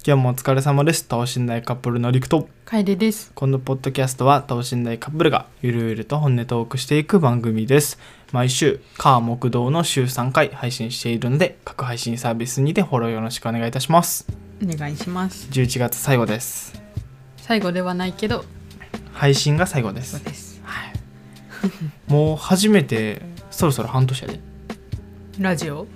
今日もお疲れ様です。等身大カップルのりくと楓です。 このポッドキャストは等身大カップルがゆるゆると本音トークしていく番組です。毎週火木土の週3回配信しているので、各配信サービスにてフォローよろしくお願いいたします。 お願いします。 11月最後です。 最後ではないけど配信が最後です。 そうです、 はい、もう初めてそろそろ半年やで。 ラジオ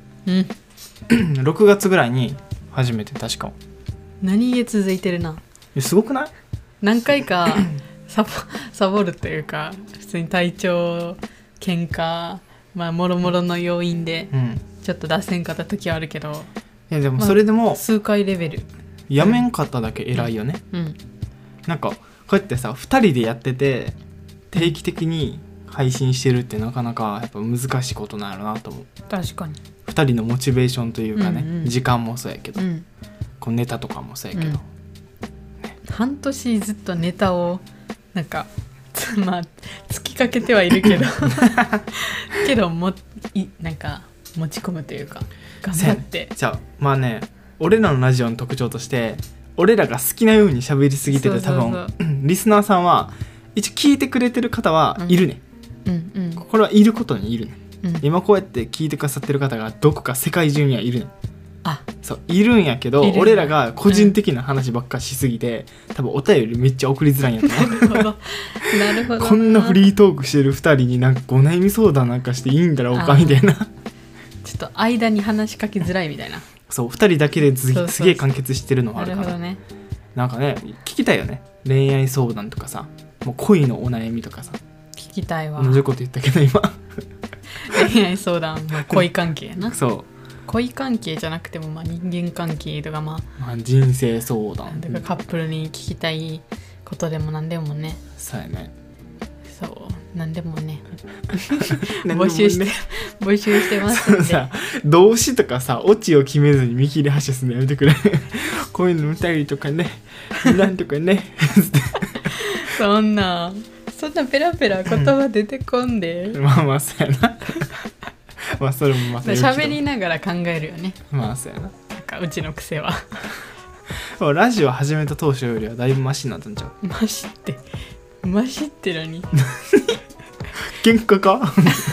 6月ぐらいに初めて確か。 何気続いてるな。 すごくない？ 何回かサボるというか、普通に体調喧嘩もろもろの要因でちょっと出せんかった時はあるけど、 いやでもそれでも、 数回レベルやめんかっただけ偉いよね。なんかこうやってさ2人でやってて定期的に配信してるってなかなかやっぱ難しいことなんやろなと思う。 確かに 2人のモチベーションというかね、時間もそうやけど、こうネタとかもそうやけど、 半年ずっとネタをなんか突きかけてはいるけどけどなんか持ち込むというか頑張ってじゃあ俺らのラジオの特徴として俺らが好きなように喋りすぎてて、多分リスナーさんは一応聞いてくれてる方はいるね、これはいることにいるね、今こうやって聞いてくださってる方がどこか世界中にはいるね。そういるんやけど、俺らが個人的な話ばっかしすぎて、多分お便りめっちゃ送りづらいんやと思う。 なるほど。 こんなフリートークしてる2人になんかお悩み相談なんかしていいんだろうかみたいな。 ちょっと間に話しかけづらいみたいな。 そう2人だけですげえ完結してるのがあるから。 なるほどね。 なんかね聞きたいよね、恋愛相談とかさ、もう恋のお悩みとかさ。 聞きたいわ。 同じこと言ったけど今恋愛相談、恋関係やな。 そう恋関係じゃなくても人間関係とか人生相談とかカップルに聞きたいことでも何でもね。 そうやね。 そう何でもね募集してますんで。 さ動詞とかさオチを決めずに見切り発車するのやめてくれこういうの見たりとかねなんとかねそんなペラペラ言葉出てこんで、 そうやなそれも喋りながら考えるよね。 そうやな。 なんかうちの癖はラジオ始めた当初よりはだいぶマシになったんちゃう？ マシって何喧嘩か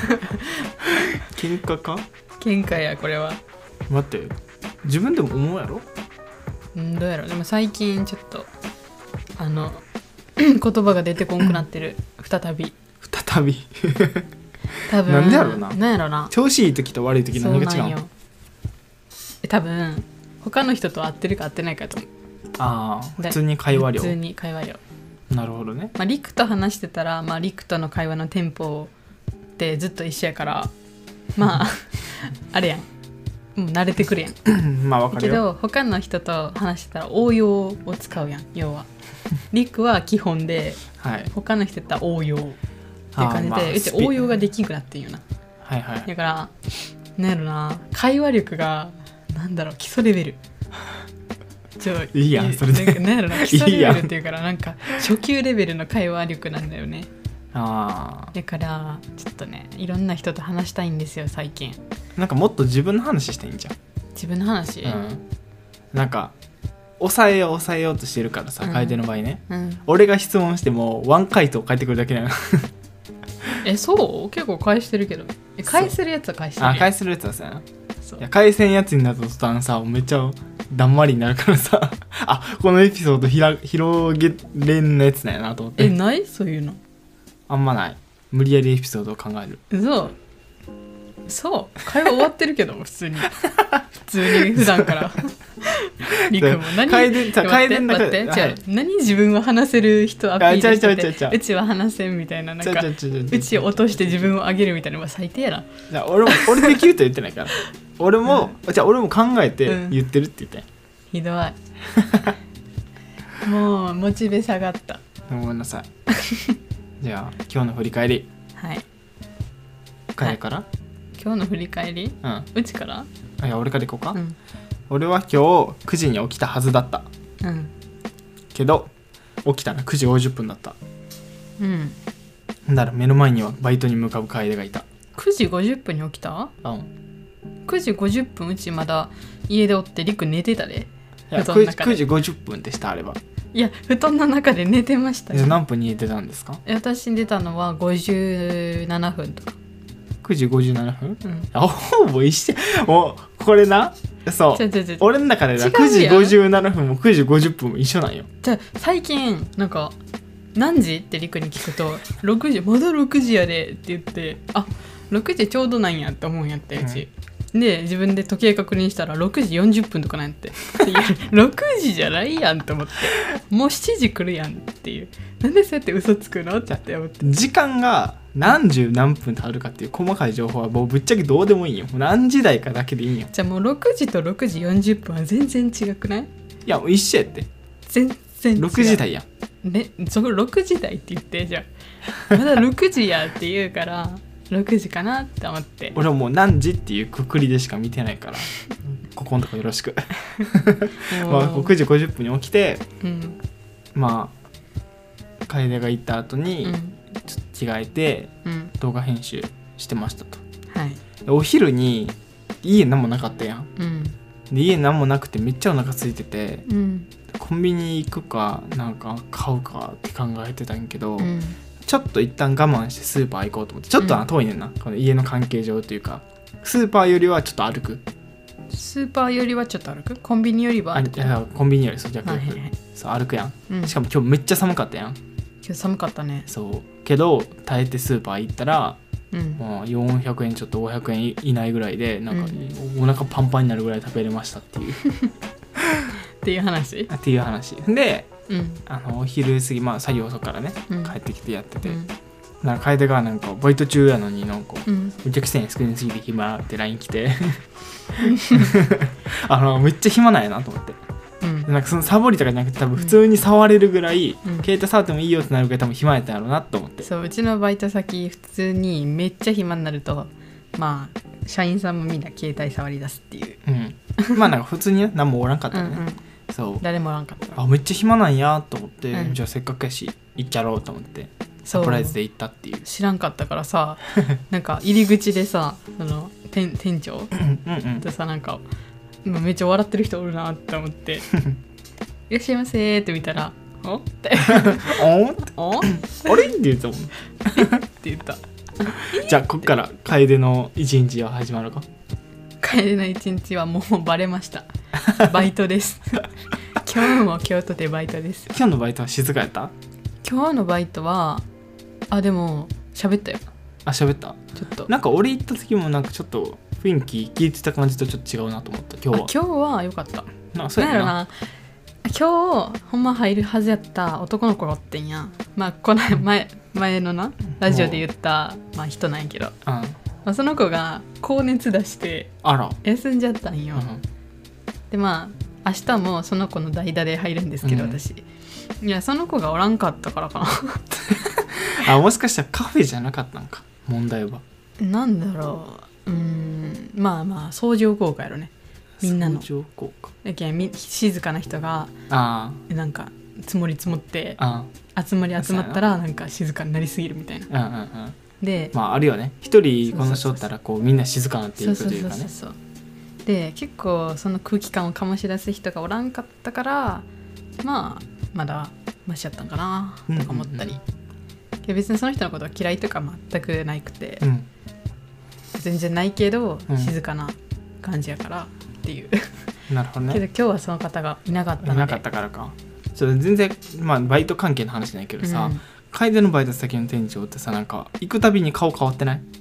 喧嘩か喧嘩やこれは。 待って自分でも思うやろ。 どうやろ。でも最近ちょっと言葉が出てこんくなってる。再び多分なんでやろうな。 なんやろな。 調子いい時と悪い時何が違うの？ 多分他の人と会ってるか会ってないかと思う。 普通に会話量。 普通に会話量。 なるほどね。 リクと話してたら、リクとの会話のテンポってずっと一緒やからあれやん、もう慣れてくるやんわかるよ。 けど他の人と話してたら応用を使うやん。要はリクは基本で、他の人やったら応用っていう感じで、うち応用ができんくなってんよな。だからなんやろな、会話力が基礎レベルいいやんそれで。 なんやろな、基礎レベルっていうからなんか初級レベルの会話力なんだよね。だからちょっとね、いろんな人と話したいんですよ最近。 なんかもっと自分の話していいんじゃん。 自分の話、 なんか抑えようとしてるからさ、楓の場合ね、俺が質問してもワン回答返ってくるだけなのそう結構返してるけど、返せるやつは返してるやん。 返せるやつはさ、いや返せんやつになると途端さめっちゃだんまりになるからさこのエピソード広げれんのやつなんやなと思って。 ないそういうのあんまない。無理やりエピソードを考える。 そう会話終わってるけど普通に普段からリクも待って何自分は話せる人アピールしてて、うちは話せんみたいな、なんかうちを落として自分を上げるみたいなのは最低やな。 俺できると言ってないから俺も考えて言ってるって言って、 ひどいもうモチベ下がった。 ごめんなさいじゃあ今日の振り返り。楓から。 今日の振り返り、うちから。 いや俺から行こうか。俺は今日9時に起きたはずだった、けど起きたら9時50分だった。だから目の前にはバイトに向かう楓がいた。 9時50分に起きた？9時50分うちまだ家でおってリク寝てたで。 布団の中で9時50分でした。あればいや布団の中で寝てましたよ。 何分に寝てたんですか？ 私寝たのは57分とか。 9時57分、うん、ほぼ一緒。もうこれな、そう俺の中でな9時57分も9時50分も一緒なんよ。 じゃあ最近なんか何時ってリクに聞くと6時まだ6時やでって言って、あ6時ちょうどなんやって思うんやってうち、で自分で時計確認したら6時40分とかなんやって、いや6時じゃないやんと思って、もう7時来るやんっていう、なんでそうやって嘘つくのって思って。 時間が何十何分とあるかっていう細かい情報はもうぶっちゃけどうでもいいよ。もう何時台かだけでいいんよ。 じゃあもう6時と6時40分は全然違くない？いや一緒やって。 全然違う。 6時台やんね、そこ6時台って言って、じゃあまだ6時やって言うから6時かなって思って。 俺はもう何時っていうくくりでしか見てないからここのとこよろしくまあ9時50分に起きて、うん、まあ楓が行った後にちょっと着替えて動画編集してましたと、はい、お昼に家何もなかったやん、うん、で家何もなくてめっちゃお腹空いてて、うん、コンビニ行くかなんか買うかって考えてたんやけど、うん、ちょっと一旦我慢してスーパー行こうと思って、ちょっと遠いねんな、この家の関係上というか、スーパーよりはちょっと歩く。 スーパーよりはちょっと歩く？コンビニよりは歩く？ いやコンビニよりそう逆に、はいはいはい、そう歩くやん、うん、しかも今日めっちゃ寒かったやん。 今日寒かったね。 そうけど耐えてスーパー行ったら、うん、まあ、400円ちょっと500円以内ぐらいでなんか、お腹パンパンになるぐらい食べれましたっていうっていう話で、うん、お昼過ぎ、まあ、作業遅くからね、うん、帰ってきてやってて、なんか楓がなんかバイト中やのになんか、お客さん少なすぎて暇って LINE 来てめっちゃ暇なんやなと思って、うん、なんかそのサボりとかじゃなくて多分普通に触れるぐらい、携帯触ってもいいよってなるぐらい多分暇やったんやろうなと思って。 そう、うちのバイト先普通にめっちゃ暇になるとまあ社員さんもみんな携帯触り出すっていう、 うん、まあなんか普通に何もおらんかったよねうん、 そう誰もおらんかった。 あめっちゃ暇なんやと思って、じゃあせっかくやし行っちゃろうと思ってサプライズで行ったっていう。 知らんかったからさなんか入り口でさ店長とさなんかめっちゃ笑ってる人おるなって思っていらっしゃいませって見たらおっておあれって言ったもんって言ったじゃあこっから楓の一日は始まるか。 楓の一日はもうバレましたバイトです今日も京都でバイトです。 今日のバイトは静かやった？ 今日のバイトはでも喋ったよ。 喋った。 ちょっとなんか俺行った時もなんかちょっと雰囲気聞いてた感じとちょっと違うなと思った。今日は良かった。 そうやな。 今日ほんま入るはずやった男の子がおってんや。まあこの前のなラジオで言った、まあ、人なんやけど、まあ、その子が高熱出して休んじゃったんよ、でまあ明日もその子の代打で入るんですけど、私いやその子がおらんかったからかなもしかしたらカフェじゃなかったんか問題は。 なんだろう、まあまあ相乗効果やろね、みんなの相乗効果やけん静かな人がなんか積もり積もって集まったらなんか静かになりすぎるみたいな、でまああるよね、一人この人おったらこうみんな静かになっていくというかね。 で結構その空気感を醸し出す人がおらんかったからまあまだマシやったんかなとか思ったり、別にその人のことは嫌いとか全くなくて、全然ないけど静かな感じやからっていうなるほどね。 けど今日はその方がいなかったので。 いなかったからか。全然、まあ、バイト関係の話じゃないけどさ、楓のバイト先の店長ってさなんか行くたびに顔変わってない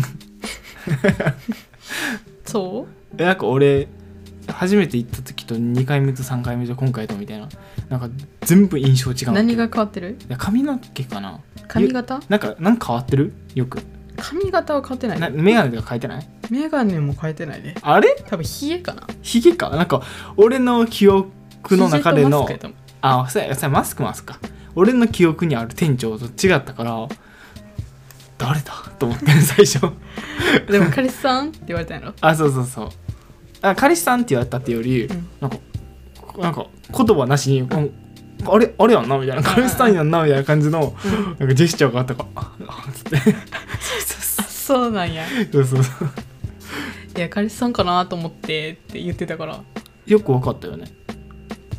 そうなんか俺初めて行った時と2回目と3回目と今回とみたいな、なんか全部印象違う。 何が変わってる？ いや髪の毛かな。 髪型？ なんか変わってる？よく髪型は変わってない。 メガネとか変えてない？ メガネも変えてないね。 あれ？ 多分ヒゲかな。 ヒゲか。なんか俺の記憶の中でのそうやマスクか。俺の記憶にある店長と違ったから誰だと思って最初でも彼氏さんって言われたんやろ。 そう彼氏さんって言われたってより、なんか言葉なしにあれやんなみたいな、彼氏さんやんなみたいな感じのなんかジェスチャーがあったからつってそうなんや。 そういや彼氏さんかなと思ってって言ってたからよく分かったよね。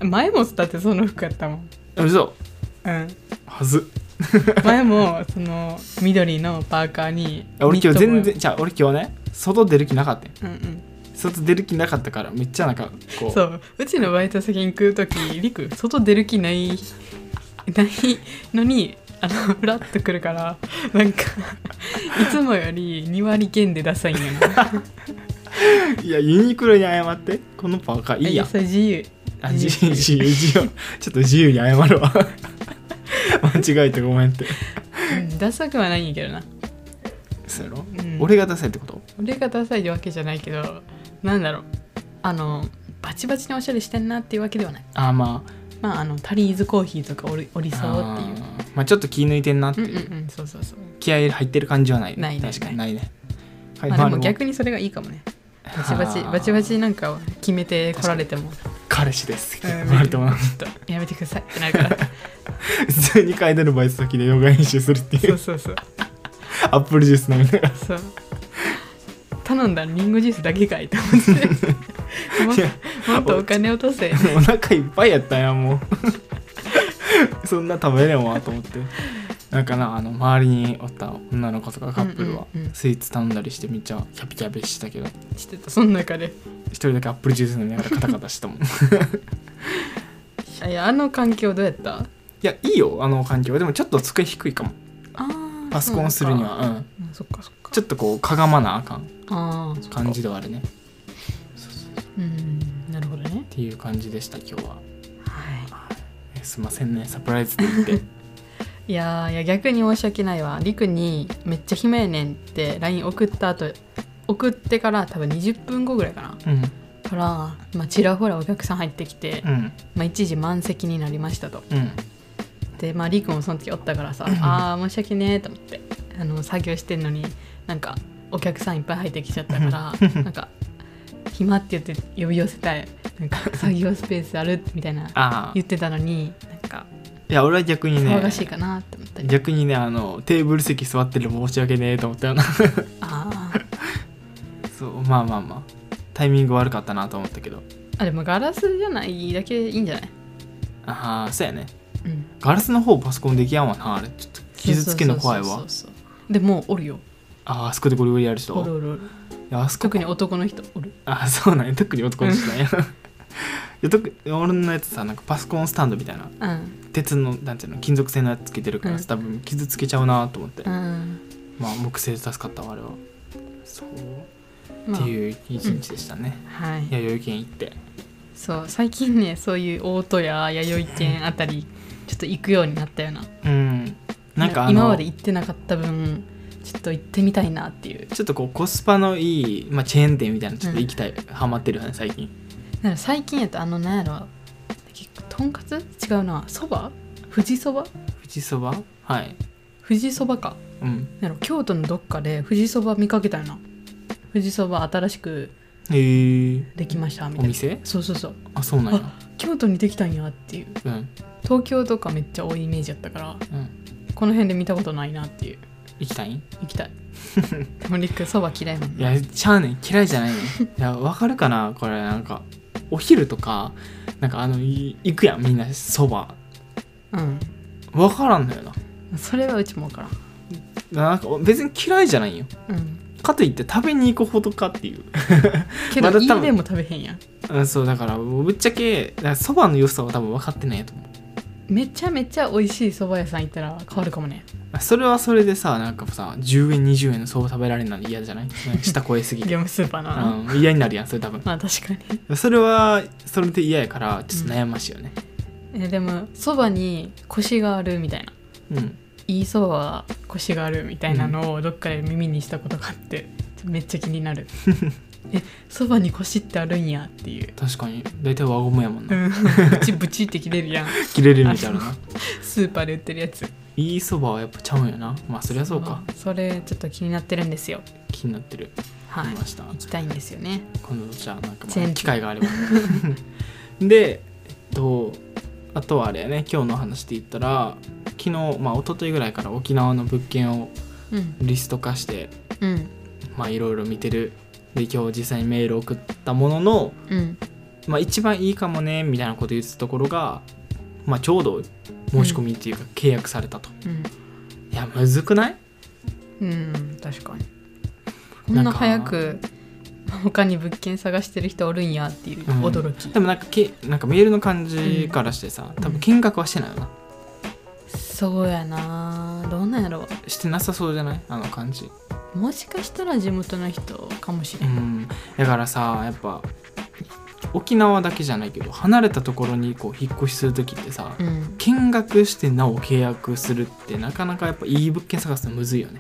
前もだってその服やったもん。 嘘。 うんはず。 前もその緑のパーカーに俺今日全然俺今日ね外出る気なかったよ。うんうん。 外出る気なかったからめっちゃなんかこう。 そううちのバイト先に来るときりく外出る気ないのにフラッと来るからなんかいつもより2割減でダサいんやな。 いやユニクロに謝って。このパーカーいいやん。 それ自由。 自由ちょっと自由に謝るわ。間違えてごめんって。 ダサくはないんやけどな。 そうやろ、俺がダサいってこと？ 俺がダサいわけじゃないけど、なんだろう、バチバチにおしゃれしてんなっていうわけではない。 まあタリーズコーヒーとかおりそうっていう。 まあちょっと気抜いてんなっていう。 そうそうそう。 気合い入ってる感じはない。 ない確かにないね。 でも逆にそれがいいかもね。バチバチなんか決めて来られても彼氏ですって言われてもやめてくださいってなるから。 普通に階段のバイト先でヨガ練習するっていう。 そうアップルジュース飲みながら。 そう頼んだらリンゴジュースだけかいと思ってもっとお金落とせ。 お腹いっぱいやったんやもう。そんな食べれんわと思って。なんかな周りにおった女の子とかカップルはスイーツ頼んだりしてめっちゃキャピキャピしてたけど、 してた。その中で一人だけアップルジュース飲みながらカタカタしたもん。 いや環境どうやった？ いやいいよ環境。でもちょっと机低いかも。パソコンするにはそっかちょっとこうかがまなあかん感じではあるね。 なるほどねっていう感じでした今日は。 はい、 すいませんねサプライズって言って。 いや逆に申し訳ないわ。りくにめっちゃ暇やねんって LINE 送ってから多分20分後ぐらいかな、から、ちらほらお客さん入ってきて、一時満席になりましたと、でりくもその時おったからさ、申し訳ねえと思って作業してんのになんかお客さんいっぱい入ってきちゃったからなんか暇って言って呼び寄せたいなんか作業スペースあるみたいな言ってたのになんかいや俺は逆にね騒がしいかなって思ったり、 逆にねテーブル席座ってるの申し訳ねえと思ったよな。そうまあタイミング悪かったなと思ったけど、 でもガラスじゃないだけいいんじゃない？ そうやね、ガラスの方パソコンできやんわな。あれちょっと傷つけの怖いわ。 でもおるよ。 あそこでゴリゴリやる人おる。 いや特に男の人おる。 そうなんや。特に男の人なんや。俺のやつさなんかパソコンスタンドみたいな、鉄のなんていうの金属製のやつつけてるから、多分傷つけちゃうなと思って、木製で助かったわあれは。そう、っていう一日でしたね。弥生県行って。そう最近ねそういう大戸や弥生県あたりちょっと行くようになったよな。 なんか今まで行ってなかった分ちょっと行ってみたいなっていう。 ちょっとこうコスパのいい、チェーン店みたいなちょっと行きたい、ハマってるよね最近。 最近やとなんやろとんかつ違うな、そば富士そばはい富士そばか、京都のどっかで富士そば見かけたよな。富士そば新しくできましたみたいな、 お店？ そうそうなんや。 京都にできたんやっていう、東京とかめっちゃ多いイメージやったから、この辺で見たことないなっていう。 行きたいでもりっくそば嫌いもんね。 いやちゃうねん、嫌いじゃないねん。いやわかるかなこれ。なんかお昼とかなんか行くやんみんなそば。わからんのよな。 それはうちもわからん。 なんか別に嫌いじゃないよ、かといって食べに行くほどかっていう。 けど家でも食べへんやん。 そうだからぶっちゃけそばの良さは多分分かってないやと思う。 めちゃめちゃ美味しいそば屋さん行ったら変わるかもね。 それはそれでさなんかさ10円20円のそば食べられるの嫌じゃない？舌超えすぎて。 業務スーパーな、 嫌になるやんそれ多分。 確かにそれはそれで嫌やからちょっと悩ましいよね。 でもそばにコシがあるみたいな、いいそばはコシがあるみたいなのをどっかで耳にしたことがあってめっちゃ気になる。そばにコシってあるんやっていう。 確かに大体輪ゴムやもんな。 ブチって切れるやん。 切れるみたいな。 スーパーで売ってるやつ。 いいそばはやっぱちゃうんやな。そりゃそうか。 それちょっと気になってるんですよ。 気になってる。 はい。行きたいんですよね。 今度じゃあなんか機会があれば。であとはあれやね、今日の話で言ったら昨日一昨日ぐらいから沖縄の物件をリスト化して、いろいろ見てる。で今日実際にメール送ったものの、 まあ、一番いいかもねみたいなこと言ってたところが、まあ、ちょうど申し込みっていうか契約されたと、いやむずくない？ 確かにこんな早く他に物件探してる人おるんやっていう驚き、 でもなんかメールの感じからしてさ、多分見学はしてないよな。 そうやな、どうなんやろう。 してなさそうじゃない？あの感じ。 もしかしたら地元の人かもしれない。 だからさ、やっぱ沖縄だけじゃないけど離れたところにこう引っ越しする時ってさ、見学してなお契約するってなかなかやっぱいい物件探すのむずいよね。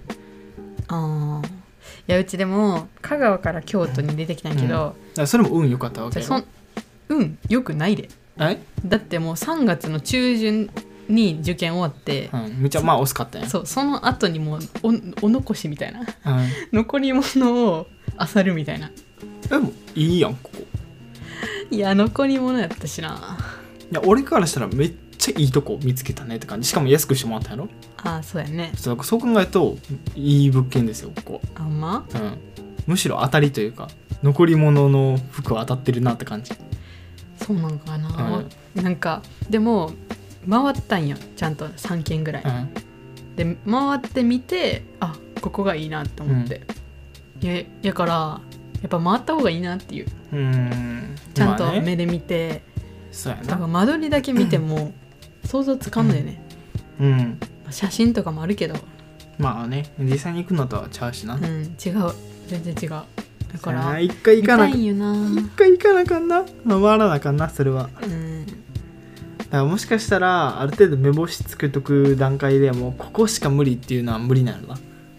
いやうちでも香川から京都に出てきたんやけど、だからそれも運良かったわけよ。 運良くないで。だってもう3月の中旬に受験終わって、 めっちゃまあ惜しかったやん。 その後にもう お残しみたいな、残り物を漁るみたいな。 でもいいやんここ。 いや残り物やったしな。 いや俺からしたらめっちゃいいとこ見つけたねって感じ。しかも安くしてもらったやろ。 そうやね。 そう考えるといい物件ですよここ。むしろ当たりというか残り物の服は当たってるなって感じ。 そうなんかな、なんかでも回ったんよちゃんと3軒ぐらい、で回ってみてここがいいなって思って、やからやっぱ回った方がいいなっていう、ちゃんと目で見て、 そうやな。 だから間取りだけ見ても想像つかんのよね、写真とかもあるけどまあね実際に行くのとはちゃうしな。 違う、全然違う。だから一回行かなあかんな、回らなあかんなそれは。だからもしかしたらある程度目星つけとく段階でもうここしか無理っていうのは無理なのな。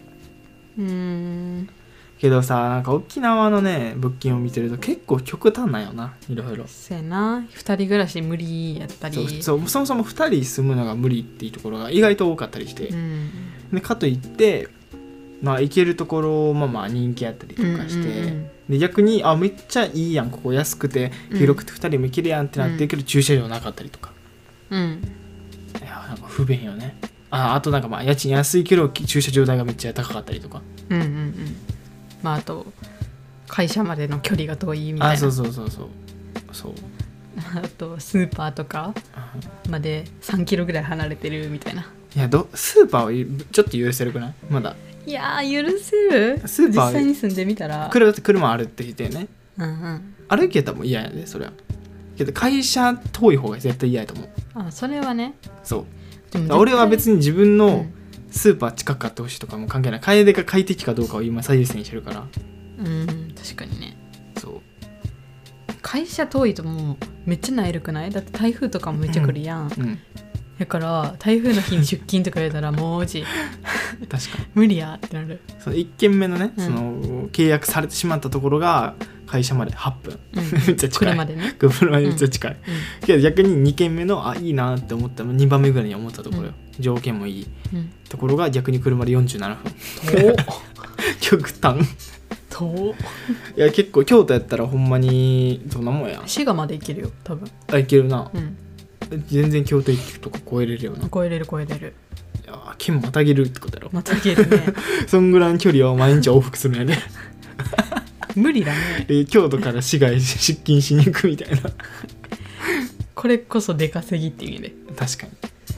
けどさ、なんか沖縄のね物件を見てると結構極端なんよな、いろいろ。 そうやな、2人暮らし無理やったり、 そもそも2人住むのが無理っていうところが意外と多かったりして、でかといってまあ行けるところもまあ人気あったりとかして、で逆にめっちゃいいやんここ安くて広くて2人も行けるやんってなってるけど、駐車場なかったりとか、いやなんか不便よね。あとなんかまあ家賃安いけど駐車場代がめっちゃ高かったりとか、 あと会社までの距離が遠いみたいな。 そうあとスーパーとかまで3キロぐらい離れてるみたいな。 いやスーパーはちょっと許せるくない？まだ。 いや許せる。スーパー実際に住んでみたら車あるって言ってね、歩けたらもう嫌やでそれは。けど会社遠い方が絶対嫌やと思う。 それはね。そう俺は別に自分のスーパー近くあってほしいとかも関係ない。楓が快適かどうかを今最優先にしてるから。 確かにね。そう会社遠いともうめっちゃなえるくない？だって台風とかもめっちゃ来るやん、だから台風の日に出勤とか言われたらもう確かに無理やってなる。 その1軒目のね、その契約されてしまったところが会社まで8分、めっちゃ近い。 車でね。 車でめっちゃ近い、けど逆に2軒目のいいなって思った2番目ぐらいに思ったところよ、条件もいい、ところが逆に車で47分。極端。いや結構京都やったらほんまにどんなもんや。 滋賀まで行けるよ多分。 行けるな、全然京都駅とか超えれるよな。 超えれる。 いや県またげるってことやろ。 またげるね。 そんぐらいの距離を毎日往復するんやで。 無理だね。 京都から市外出勤しに行くみたいな。 これこそ出稼ぎっていう意味で。 確か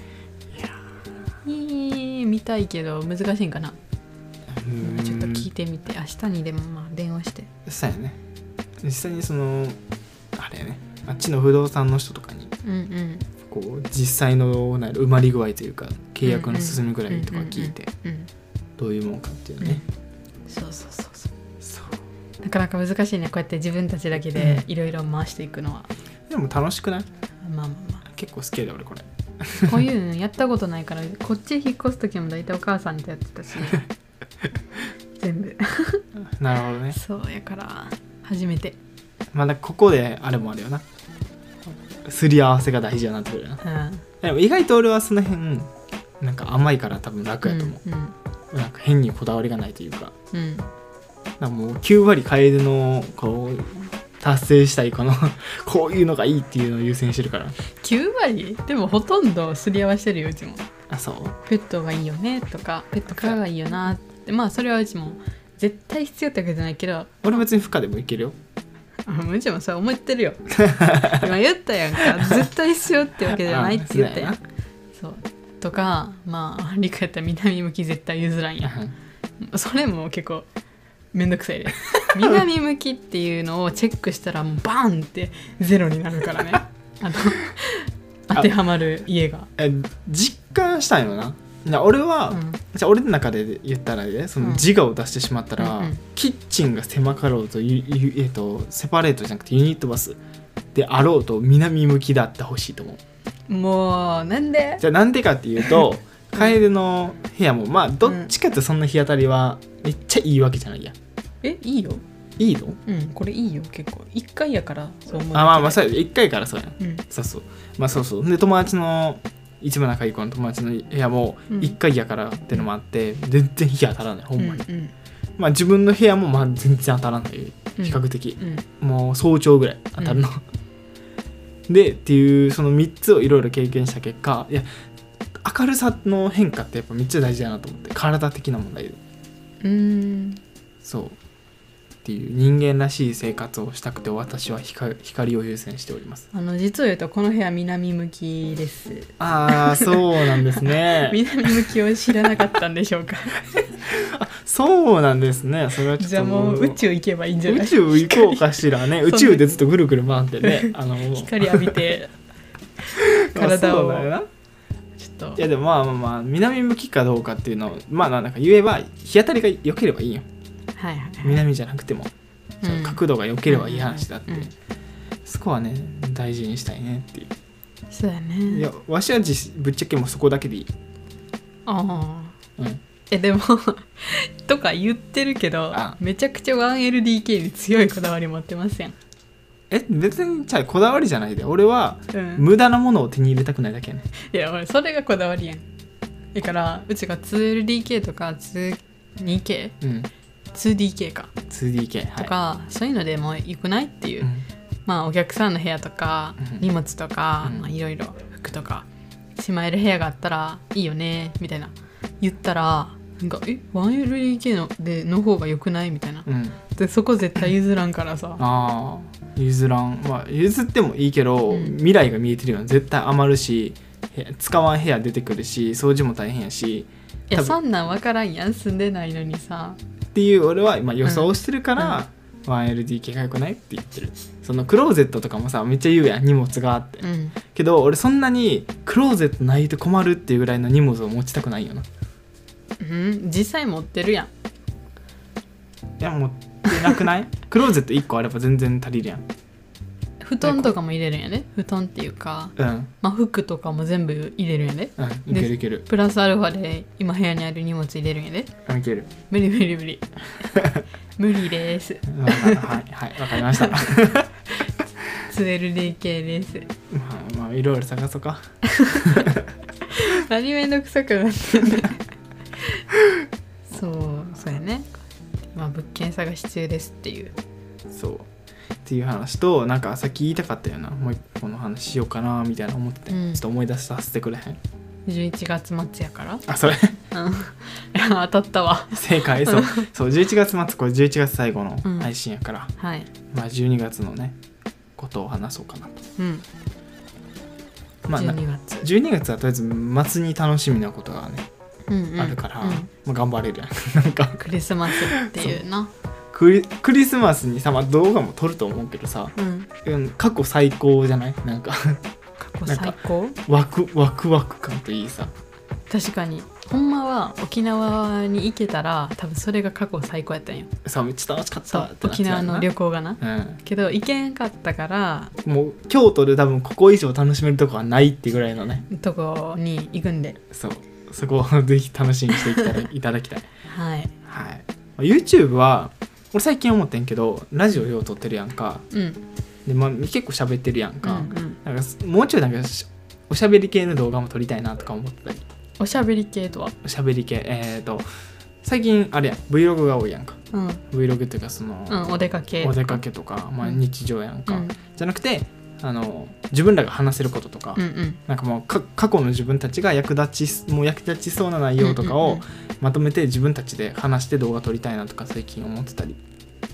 に。見たいけど難しいんかな。ちょっと聞いてみて、明日にでもまあ電話して。 そうやね。実際にそのあれやね、あっちの不動産の人とかに、こう実際の埋まり具合というか契約の進み具合とか聞いてどういうもんかっていうね。 そうなかなか難しいね、こうやって自分たちだけでいろいろ回していくのは。 でも楽しくない？ まあ結構好きだ俺これ。 こういうのやったことないからこっち引っ越す時も大体お母さんとやってたし、全部。 なるほどね。 そうやから初めて。 まだここであれもあるよな、すり合わせが大事やなってくるな、でも意外と俺はその辺なんか甘いから多分楽やと思う、なんか変にこだわりがないというか、なんかもう9割楓のこう達成したいこのこういうのがいいっていうのを優先してるから。 9割？でもほとんどすり合わせてるようちも。 そうペットがいいよねとかペット可愛いよなって、まあそれはうちも絶対必要ってわけじゃないけど、 俺別に負荷でもいけるよ。 もちろんそう思ってるよ今言ったやんか絶対しようってわけじゃないって言ったやんそうとかまあリクやったら南向き絶対譲らんやそれも結構めんどくさいです南向きっていうのをチェックしたらもうバーンってゼロになるからね当てはまる家が実感したんよな俺は、じゃあ俺の中で言ったらねその自我を出してしまったら、キッチンが狭かろうと、セパレートじゃなくてユニットバスであろうと南向きだってほしいと思う。 もうなんでじゃあなんでかっていうと楓の部屋もまあどっちかってそんな日当たりはめっちゃいいわけじゃないや。 いいよ。 いいの？ これいいよ結構。1回やからそう思う。 まあそう1回からそうやん。そうまあそうで友達の一番仲いい子の友達の部屋も1回やからってのもあって、全然日当たらないほんまに、まあ自分の部屋もまあ全然当たらない比較的、もう早朝ぐらい当たるの、でっていうその3つをいろいろ経験した結果、いや明るさの変化ってやっぱめっちゃ大事だなと思って、体的な問題でそうっていう人間らしい生活をしたくて私は光を優先しております。 実を言うとこの部屋南向きです。 そうなんですね南向きを知らなかったんでしょうかそうなんですね。それはちょっとじゃあもう宇宙行けばいいんじゃない？ 宇宙行こうかしらね宇宙でずっとぐるぐる回ってね光浴びて体をちょっといやでもまあ南向きかどうかっていうのをまあなんか言えば日当たりが良ければいいよ。南じゃなくても、角度が良ければいい話だって、そこはね大事にしたいねっていう。 そうやね。 いやわしはぶっちゃけもうそこだけでいい。 でもとか言ってるけどめちゃくちゃ 1LDK に強いこだわり持ってますやん。 別にこだわりじゃないで、俺は、無駄なものを手に入れたくないだけやね。 いや俺それがこだわりやん。だからうちが 2LDK とか 2K、2DK か 2DK、 とか、そういうのでもよくないっていう、まあお客さんの部屋とか、荷物とかいろいろ服とかしまえる部屋があったらいいよねみたいな言ったらなんか1LDK の方がよくないみたいな、でそこ絶対譲らんからさ。 譲らん、まあ譲ってもいいけど、未来が見えてるよ。絶対余るし使わん部屋出てくるし掃除も大変やし。 いやそんなん分からんやん住んでないのにさっていう俺は今予想してるから、1LDK が良くないって言ってる。そのクローゼットとかもさめっちゃ言うやん荷物があって、けど俺そんなにクローゼットないと困るっていうぐらいの荷物を持ちたくないよな。 実際持ってるやん。 いや持ってなくないクローゼット1個あれば全然足りるやん。 布団とかも入れるんやね。布団っていうか、まあ、服とかも全部入れるんやね。 いけるいける。 プラスアルファで今部屋にある荷物入れるんやね。 いける。 無理無理ですはいわかりました 2LDK です。 まあいろいろ探そうか何めんどくさくなってんだそうやね。今物件探し中ですっていうっていう話と、なんかさっき言いたかったよな、もう一個の話しようかなみたいな思ってて、ちょっと思い出させてくれへん ？11月末やからそれ当たったわ正解。そう11月末、これ11月最後の配信やから、まあ12月のねことを話そうかなと。まあ12月はとりあえず末に楽しみなことがねあるから、まあ、頑張れるやんなんかクリスマスっていうな。 クリスマスにさ、まあ、動画も撮ると思うけどさ、過去最高じゃない？なんか過去最高？ ワクワク感といいさ。 確かにほんまは沖縄に行けたら多分それが過去最高やったんよ。 そうめっちゃ楽しかったって沖縄の旅行がな、けど行けんかったからもう京都で多分ここ以上楽しめるとこはないっていうぐらいのねとこに行くんで、 そこをぜひ楽しみにしていただきたいはい、 YouTube は俺最近思ってんけどラジオよう撮ってるやんか、でまあ、結構喋ってるやんか、なんかもうちょいなんかおしゃべり系の動画も撮りたいなとか思ってたり。 おしゃべり系とは？ おしゃべり系最近あれやん Vlog が多いやんか、Vlog っていうかその、 お出かけとか、まあ、日常やんか、じゃなくて自分らが話せることとか、なんかもう過去の自分たちが役立ちそうな内容とかをまとめて自分たちで話して動画撮りたいなとか最近思ってたり。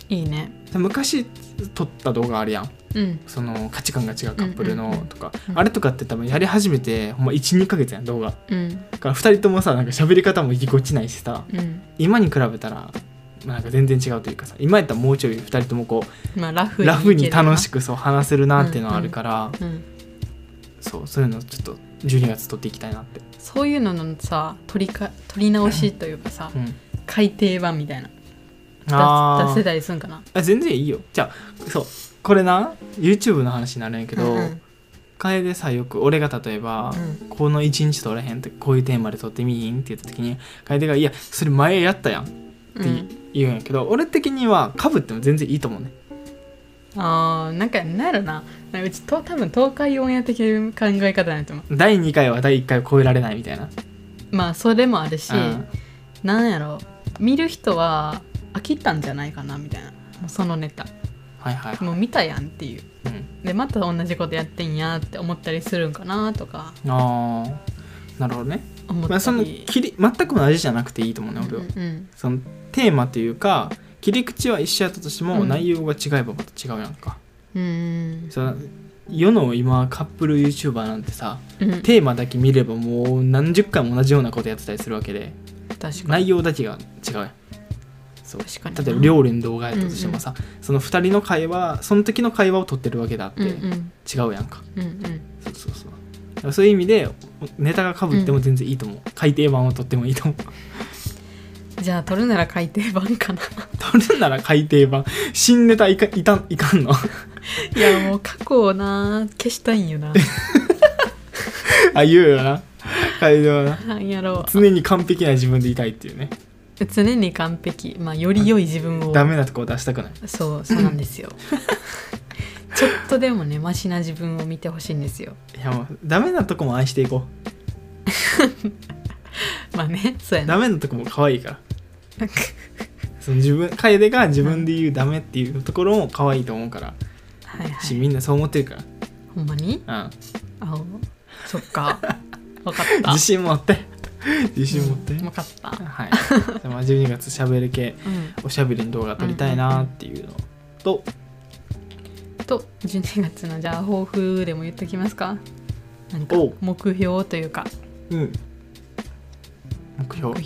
いいね。 昔撮った動画あるやん、 うん、 その価値観が違うカップルのとか、あれとかって多分やり始めてほんま 1,2 ヶ月やん動画、だから2人ともさなんか喋り方もぎこちないしさ、今に比べたらなんか全然違うというかさ、今やったらもうちょい2人ともこう、 まあ、ラフに楽しくそう話せるなっていうのはあるから、そういうのちょっと12月撮っていきたいなって。 そういうののさ撮り直しというかさ、改訂版みたいな出せたりするんかな。 全然いいよ。じゃあそうこれな YouTube の話になるんやけど、楓さよく俺が例えば、この1日撮れへんってこういうテーマで撮ってみいんって言った時に楓がいやそれ前やったやんって言うんやけど、俺的には被っても全然いいと思うね。 なんかなんやろな、うち多分東海オンエア的な考え方なんやと思う。 第2回は第1回を超えられないみたいな。 まあそれもあるし、なんやろ見る人は飽きたんじゃないかなみたいな、そのネタ、もう見たやんっていう、でまた同じことやってんやって思ったりするんかなとか。 なるほどね。まあ、その全く同じじゃなくていいと思うね俺は、そのテーマというか切り口は一緒やったとしても、内容が違えばまた違うやんか。その世の今カップル YouTuber なんてさ、テーマだけ見ればもう何十回も同じようなことやってたりするわけで、内容だけが違うやん。そう例えば料理の動画やったとしてもさ、その2人の会話その時の会話を撮ってるわけだって、違うやんか。そういう意味でネタが被っても全然いいと思う、改訂版を撮ってもいいと思う。 じゃあ撮るなら改訂版かな。 撮るなら改訂版。新ネタいかんの。 いやもう過去をな消したいんよな。 言うよな改訂はな。 なんやろう、 常に完璧な自分でいたいっていうね。 常に完璧、まあより良い自分を、 ダメなとこを出したくない。 そうなんですよ。ちょっとでもねマシな自分を見てほしいんですよ。 いやもうダメなとこも愛していこう。まあね、そうやな。 ダメなとこも可愛いから。その楓が自分で言うダメっていうところも可愛いと思うから、みんなそう思ってるから。 ほんまに？そっか。分かった。 自信持って分かった。 はい。まあ12月しゃべる系、おしゃべりの動画撮りたいなっていうのと、 12月のじゃあ抱負でも言っときますか。なんか目標というか。目標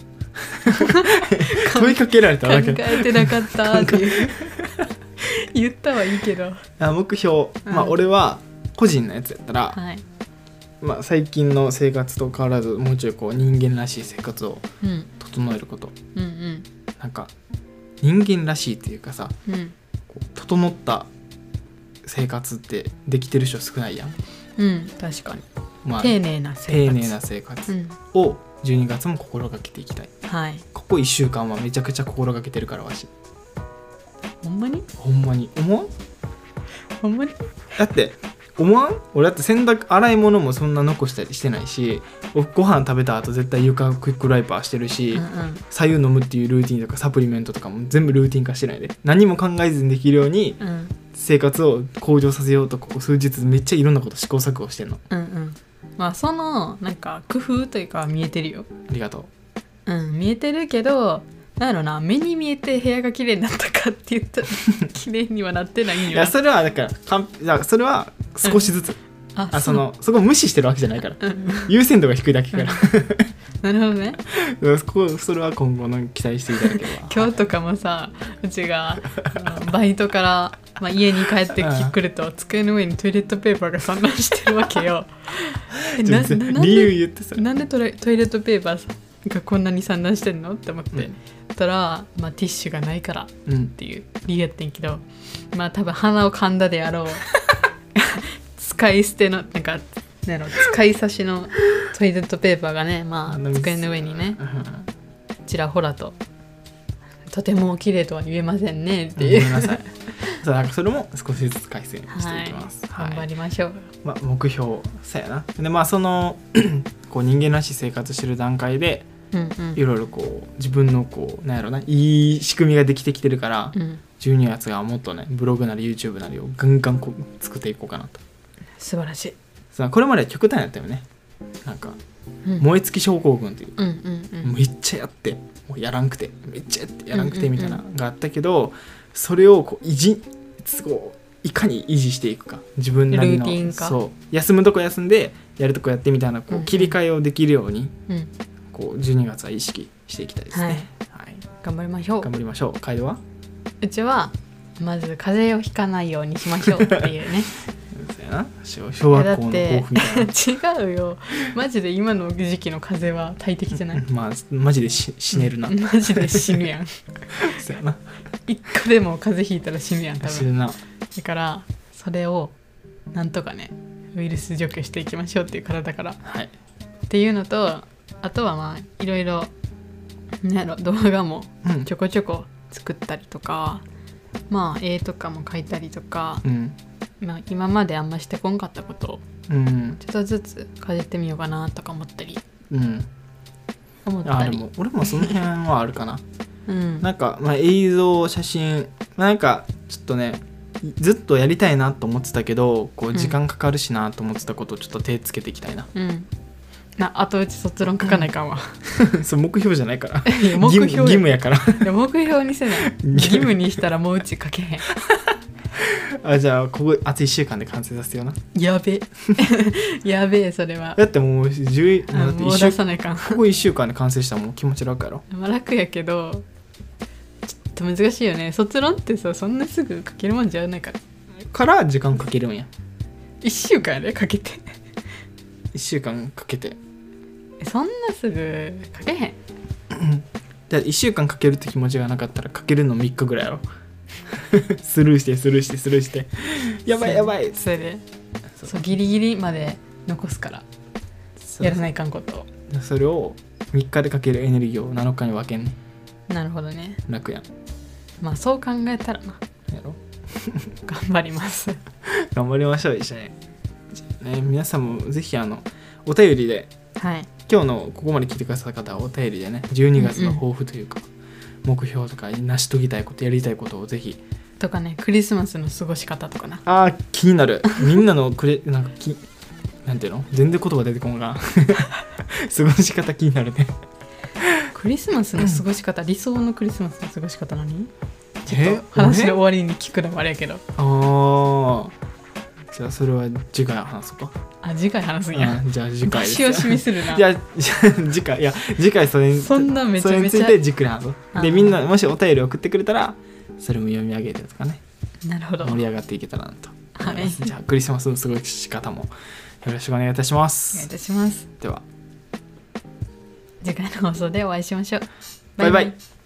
問いかけられただけ。 考えてなかったっていう言ったはいいけど。 目標、まあ俺は個人のやつやったら、まあ、最近の生活と変わらずもうちょいこう人間らしい生活を整えること、なんか人間らしいっていうかさ、こう整った生活ってできてる人少ないやん。 確かに、 まあ、 丁寧な生活を12月も心がけていきたい。ここ1週間はめちゃくちゃ心がけてるからわし。 ほんまに思わん？ ほんまに？ だって思わん？俺だって洗濯洗い物もそんな残したりしてないし、ご飯食べた後絶対床クイックワイパーしてるし、白湯飲むっていうルーティンとかサプリメントとかも全部ルーティン化してないで、何も考えずにできるように、生活を向上させようとここ数日めっちゃいろんなこと試行錯誤してんの。 まあそのなんか工夫というか見えてるよ。 ありがとう。見えてるけど、なんやろな、目に見えて部屋が綺麗になったかって言ったら綺麗にはなってないんよ。 いやそれはだからそれは少しずつ、そこ無視してるわけじゃないから、優先度が低いだけから。 なるほどね。 それは今後の期待していただければ。 今日とかもさ、うちがバイトから、家に帰ってくると机の上にトイレットペーパーが散乱してるわけよ。 理由言ってさ、 なんでトイレットペーパーがこんなに散乱してんのって思って、たら、ティッシュがないからっていう理由やってんけど、多分鼻を噛んだであろう使い捨ての使い差しのトイレットペーパーがね、机の上にね、ちらほらと、とても綺麗とは言えませんねっていう。ごめんなさい。 それも少しずつ改善していきます。 頑張りましょう。 目標そうやな。でそのこう人間らしい生活してる段階で、いろいろこう自分のこうなんやろな、いい仕組みができてきてるから、12月がもっとねブログなり YouTube なりをガンガン作っていこうかなと。 素晴らしい。 これまで極端やったよね。なんか、燃え尽き症候群っていう、めっちゃやってもうやらんくてめっちゃやってやらんくてみたいなのがあったけど、 それをこういかに維持していくか、自分なりのルーティンか、 そう休むとこ休んでやるとこやってみたいなこう切り替えをできるように、こう12月は意識していきたいですね、はい、 頑張りましょう。 頑張りましょう。楓は？ うちはまず風邪をひかないようにしましょうっていうね小学校の抱負みたいな違うよ、マジで今の時期の風邪は大敵じゃないまあマジで死ねるな、 マジで死ぬやんそうやな、 一個でも風邪ひいたら死ぬやん多分。 死ぬな。 だからそれをなんとかねウイルス除去していきましょうっていう体から、 はい、 っていうのと、あとはまあいろいろ動画もちょこちょこ作ったりとか、まあ絵とかも描いたりとか、まあ、今まであんましてこんかったことをちょっとずつかじってみようかなとか思ったり、思ったり。 でも俺もその辺はあるかななんか、まあ、映像写真、なんかちょっとねずっとやりたいなと思ってたけどこう時間かかるしなと思ってたことをちょっと手つけていきたいな、 あとうち卒論書かないかんわそれ目標じゃないから目標義務やからいや目標にせない義務にしたらもううち書けへんじゃあここあと1週間で完成させような。 やべやべえそれは。 だってもう10だってもう出さないかん。 ここ1週間で完成したらもう気持ち楽やろ。 まあ楽やけどちょっと難しいよね。卒論ってさそんなすぐ書けるもんじゃないから時間かけるんや。 1週間でかけて 1週間かけてそんなすぐ書けへんだ1週間かけるって気持ちがなかったらかけるの3日ぐらいやろスルーしてやばいやばい。 それでそうギリギリまで残すからやらないかんことを。 それを3日でかけるエネルギーを7日に分けんね。 なるほどね。 楽やん。 まあそう考えたらなやろ頑張ります頑張りましょう一緒に、ね、皆さんもぜひお便りで、 はい、 今日のここまで聞いてくださった方はお便りでね12月の抱負というか、目標とか成し遂げたいことやりたいことをぜひとかね、クリスマスの過ごし方とかな。 気になるみんなのなんかなんていうの全然言葉出てこんが過ごし方気になるねクリスマスの過ごし方、理想のクリスマスの過ごし方何？ちょっと話の終わりに聞くのもあれやけど。 じゃあそれは次回話そうか。 次回話すんや。 じゃあ次回です出し惜しみするな。 次回それにそんなめちゃめちゃそれについてじっくり話そう。でみんなもしお便り送ってくれたらそれも読み上げてとかね。 なるほど。 盛り上がっていけたらなと思います。じゃあクリスマスの過ごし方もよろしくお願いいたします。 お願いいたします。 では次回の放送でお会いしましょう。 バイバイ。